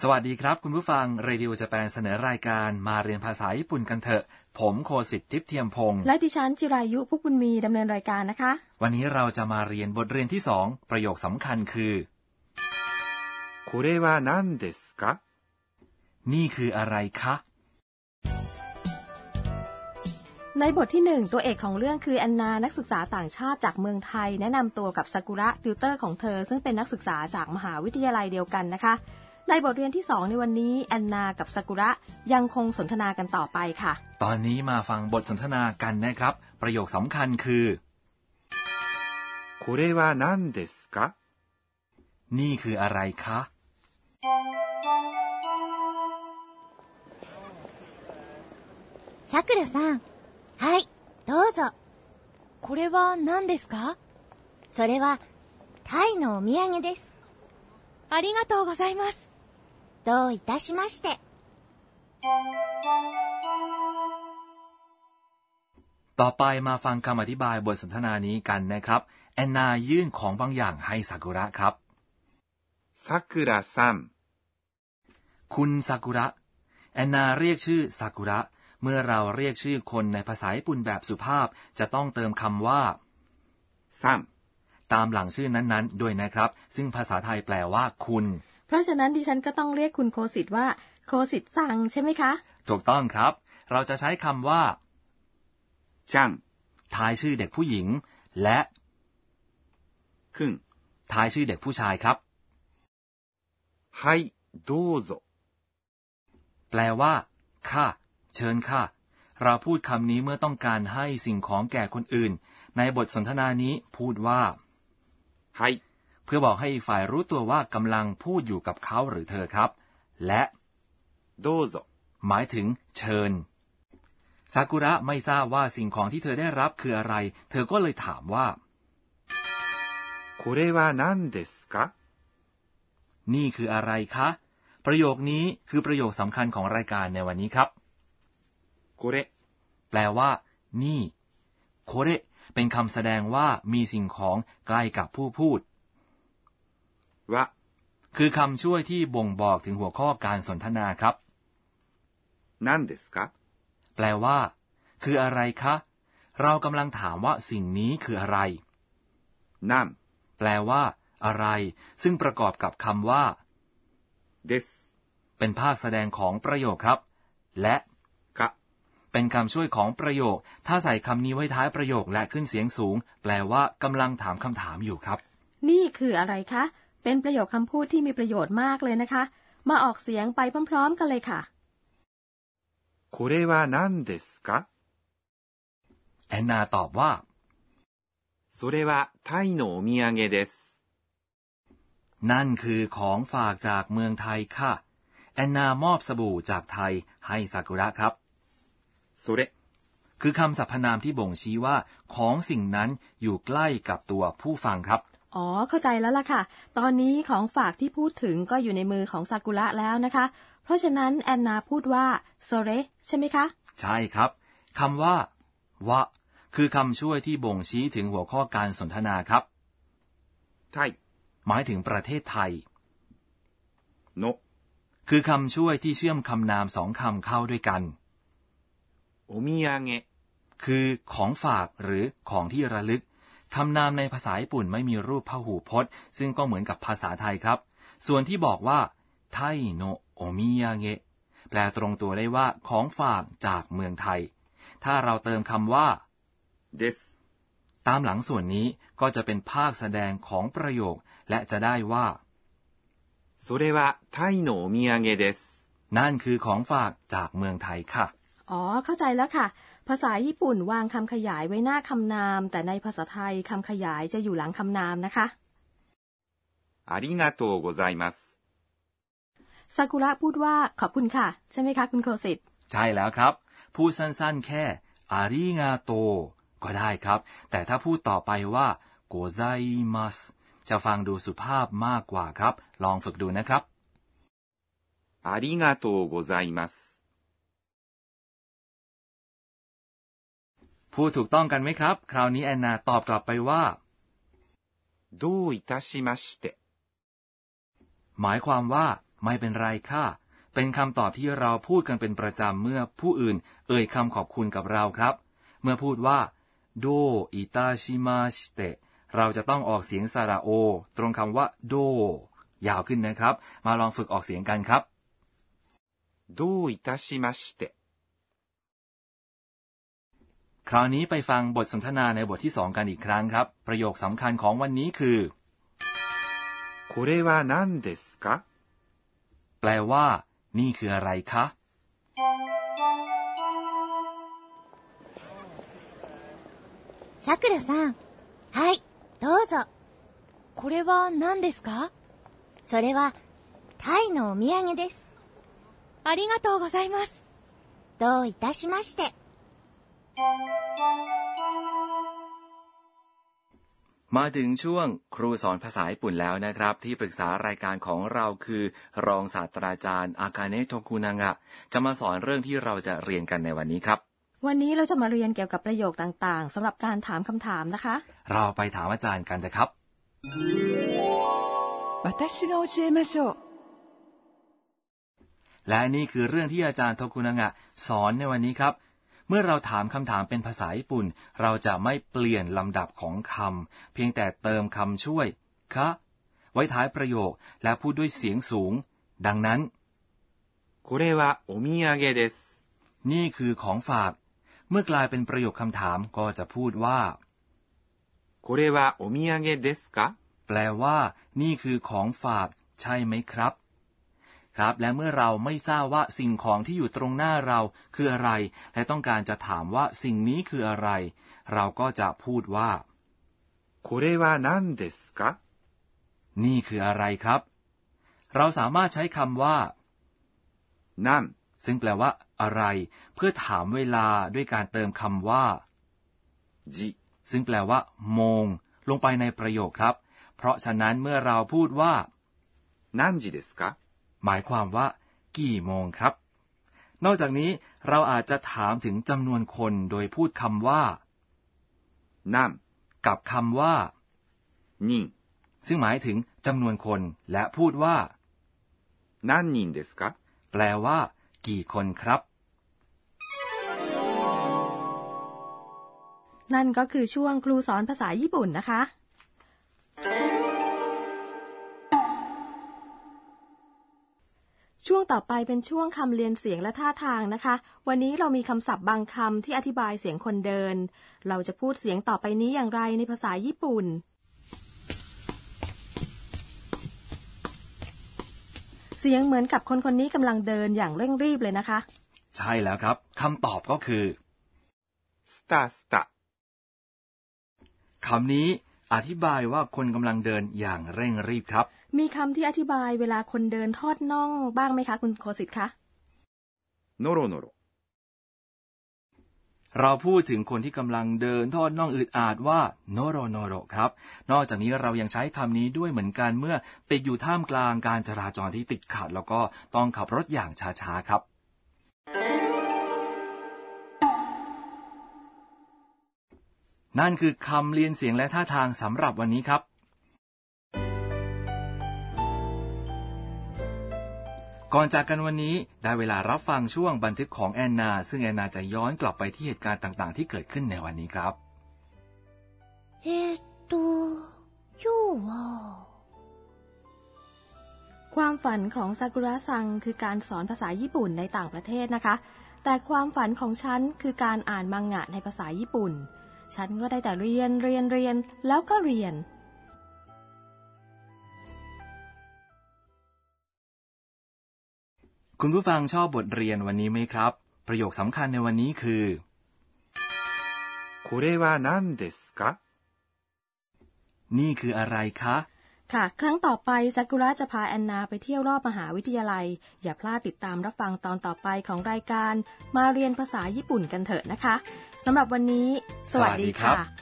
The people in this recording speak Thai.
สวัสดีครับคุณผู้ฟังเรดิโอญี่ปุ่นเสนอรายการมาเรียนภาษาญี่ปุ่นกันเถอะผมโคสิทธิ์ทิพย์เทียมพงษ์และดิฉันจิรายุพุกบุญมีดำเนินรายการนะคะวันนี้เราจะมาเรียนบทเรียนที่2ประโยคสำคัญคือこれは何ですかนี่คืออะไรคะในบทที่1ตัวเอกของเรื่องคือแอนนานักศึกษาต่างชาติจากเมืองไทยแนะนำตัวกับซากุระติวเตอร์ของเธอซึ่งเป็นนักศึกษาจากมหาวิทยาลัยเดียวกันนะคะในบทเรียนที่2ในวันนี้แอนนากับซากุระยังคงสนทนากันต่อไปค่ะตอนนี้มาฟังบทสนทนากันนะครับประโยคสำคัญคือこれは何ですかนี่คืออะไรคะさくらさん、はい、どうぞ。これは何ですか？それはタイのお土産です。ありがとうございます。どういたしまして。 ต่อไปมาฟังคำอธิบายบทสนทนานี้กันนะครับแอนนายื่นของบางอย่างให้ซากุระครับさくらさんคุณซากุระแอนนาเรียกชื่อซากุระเมื่อเราเรียกชื่อคนในภาษาญี่ปุ่นแบบสุภาพจะต้องเติมคำว่าซังตามหลังชื่อนั้นๆด้วยนะครับซึ่งภาษาไทยแปลว่าคุณเพราะฉะนั้นดิฉันก็ต้องเรียกคุณโคสิทธิ์ว่าโคสิทธิ์ซังใช่ไหมคะถูกต้องครับเราจะใช้คำว่าจังทายชื่อเด็กผู้หญิงและคุงทายชื่อเด็กผู้ชายครับはいどうぞแปลว่าค่ะเชิญค่ะเราพูดคำนี้เมื่อต้องการให้สิ่งของแก่คนอื่นในบทสนทนานี้พูดว่าはいเพื่อบอกให้อีกฝ่ายรู้ตัวว่ากำลังพูดอยู่กับเขาหรือเธอครับและどうぞหมายถึงเชิญซากุระไม่ทราบว่าสิ่งของที่เธอได้รับคืออะไรเธอก็เลยถามว่าこれは何ですかนี่คืออะไรคะประโยคนี้คือประโยคสำคัญของรายการในวันนี้ครับこれแปลว่านี่โคเรเป็นคำแสดงว่ามีสิ่งของใกล้กับผู้พูดวะคือคำช่วยที่บ่งบอกถึงหัวข้อการสนทนาครับ何ですかแปลว่าคืออะไรคะเรากำลังถามว่าสิ่งนี้คืออะไร何แปลว่าอะไรซึ่งประกอบกับคำว่าですเป็นภาคแสดงของประโยคครับและกะเป็นคำช่วยของประโยคถ้าใส่คำนี้ไว้ท้ายประโยคและขึ้นเสียงสูงแปลว่ากำลังถามคำถามอยู่ครับนี่คืออะไรคะเป็นประโยคคำพูดที่มีประโยชน์มากเลยนะคะมาออกเสียงไปพร้อมๆกันเลยค่ะこれは何ですかแอนนาตอบว่าそれはタイのお土産ですนั่นคือของฝากจากเมืองไทยค่ะแอนนามอบสบู่จากไทยให้ซากุระครับそれคือคำสรรพนามที่บ่งชี้ว่าของสิ่งนั้นอยู่ใกล้กับตัวผู้ฟังครับอ๋อเข้าใจแล้วล่ะค่ะตอนนี้ของฝากที่พูดถึงก็อยู่ในมือของซากุระแล้วนะคะเพราะฉะนั้นแอนนาพูดว่าโซเรใช่ไหมคะใช่ครับคำว่าวะคือคำช่วยที่บ่งชี้ถึงหัวข้อการสนทนาครับไทยหมายถึงประเทศไทยโนคือคำช่วยที่เชื่อมคำนามสองคำเข้าด้วยกันโอมิยาเงะคือของฝากหรือของที่ระลึกคำนามในภาษาญี่ปุ่นไม่มีรูปพหูพจน์ซึ่งก็เหมือนกับภาษาไทยครับส่วนที่บอกว่าไทโนโอมิยาเงะแปลตรงตัวได้ว่าของฝากจากเมืองไทยถ้าเราเติมคำว่าเดสตามหลังส่วนนี้ก็จะเป็นภาคแสดงของประโยคและจะได้ว่าそれはタイのお土産ですนั่นคือของฝากจากเมืองไทยค่ะอ๋อเข้าใจแล้วค่ะภาษาญี่ปุ่นวางคำขยายไว้หน้าคำนามแต่ในภาษาไทยคำขยายจะอยู่หลังคำนามนะคะありがとうございますซากุระพูดว่าขอบคุณค่ะใช่ไหมคะคุณโคสิทธิ์ใช่แล้วครับพูดสั้นๆแค่อาริงาโตก็ได้ครับแต่ถ้าพูดต่อไปว่าโกไซมัสจะฟังดูสุภาพมากกว่าครับลองฝึกดูนะครับありがとうございますพูดถูกต้องกันไหมครับคราวนี้แอนนาตอบกลับไปว่าどういたしましてหมายความว่าไม่เป็นไรค่ะเป็นคำตอบที่เราพูดกันเป็นประจำเมื่อผู้อื่นเอ่ยคำขอบคุณกับเราครับเมื่อพูดว่าโดอิตาชิมาชิเตะเราจะต้องออกเสียงสระโอตรงคำว่าโดยาวขึ้นนะครับมาลองฝึกออกเสียงกันครับどういたしましてคราวนี้ไปฟังบทสนทนาในบทที่2กันอีกครั้งครับประโยคสำคัญของวันนี้คือこれは何ですかแปลว่านี่คืออะไรคะさくらさん、はいどうぞ。これは何ですか？それはタイのお土産です。ありがとうございます。どういたしまして。 มาถึงช่วงครูสอนภาษาญี่ปุ่นแล้วนะครับที่ปรึกษารายการของเราคือรองศาสตราจารย์อากาเนะโทคุนางะจะมาสอนเรื่องที่เราจะเรียนกันในวันนี้ครับวันนี้เราจะมาเรียนเกี่ยวกับประโยคต่างๆสำหรับการถามคำถามนะคะเราไปถามอาจารย์กันนะครับ私が教えましょうและนี่คือเรื่องที่อาจารย์โทคุนางะสอนในวันนี้ครับเมื่อเราถามคำถามเป็นภาษาญี่ปุ่นเราจะไม่เปลี่ยนลำดับของคำเพียงแต่เติมคำช่วยคะไว้ท้ายประโยคและพูดด้วยเสียงสูงดังนั้นこれはお土産ですนี่คือของฝากเมื่อกลายเป็นประโยคคำถามก็จะพูดว่าこれはお土産ですかแปลว่านี่คือของฝากใช่ไหมครับครับและเมื่อเราไม่ทราบว่าสิ่งของที่อยู่ตรงหน้าเราคืออะไรและต้องการจะถามว่าสิ่งนี้คืออะไรเราก็จะพูดว่าこれは何ですかนี่คืออะไรครับเราสามารถใช้คำว่า何ซึ่งแปลว่าอะไรเพื่อถามเวลาด้วยการเติมคำว่าจิซึ่งแปลว่าโมงลงไปในประโยคครับเพราะฉะนั้นเมื่อเราพูดว่า何時ですかหมายความว่ากี่โมงครับนอกจากนี้เราอาจจะถามถึงจำนวนคนโดยพูดคำว่า何กับคำว่า人ซึ่งหมายถึงจำนวนคนและพูดว่า何人ですかแปลว่ากี่คนครับนั่นก็คือช่วงครูสอนภาษาญี่ปุ่นนะคะช่วงต่อไปเป็นช่วงคำเรียนเสียงและท่าทางนะคะวันนี้เรามีคำศัพท์บางคำที่อธิบายเสียงคนเดินเราจะพูดเสียงต่อไปนี้อย่างไรในภาษาญี่ปุ่นเสียงเหมือนกับคนคนนี้กำลังเดินอย่างเร่งรีบเลยนะคะใช่แล้วครับคำตอบก็คือสตาสตาคำนี้อธิบายว่าคนกำลังเดินอย่างเร่งรีบครับมีคำที่อธิบายเวลาคนเดินทอดน่องบ้างไหมคะคุณโคสิทธิ์คะโนโรโนโรเราพูดถึงคนที่กำลังเดินทอดน่องอึดอัดว่าโนโรโนโรครับนอกจากนี้เรายังใช้คำนี้ด้วยเหมือนกันเมื่อติดอยู่ท่ามกลางการจราจรที่ติดขัดแล้วก็ต้องขับรถอย่างช้าๆครับนั่นคือคำเรียนเสียงและท่าทางสำหรับวันนี้ครับก่อนจากกันวันนี้ได้เวลารับฟังช่วงบันทึกของแอนนาซึ่งแอนนาจะย้อนกลับไปที่เหตุการณ์ต่างๆที่เกิดขึ้นในวันนี้ครับ今日はความฝันของซากุระซังคือการสอนภาษาญี่ปุ่นในต่างประเทศนะคะแต่ความฝันของฉันคือการอ่านมังงะในภาษาญี่ปุ่นฉันก็ได้แต่เรียนแล้วก็เรียนคุณผู้ฟังชอบบทเรียนวันนี้ไหมครับประโยคสำคัญในวันนี้คือこれは何ですかนี่คืออะไรคะค่ะครั้งต่อไปซากุระจะพาแอนนาไปเที่ยวรอบมหาวิทยาลัยอย่าพลาดติดตามรับฟังตอนต่อไปของรายการมาเรียนภาษาญี่ปุ่นกันเถอะนะคะสำหรับวันนี้สวัสดีค่ะ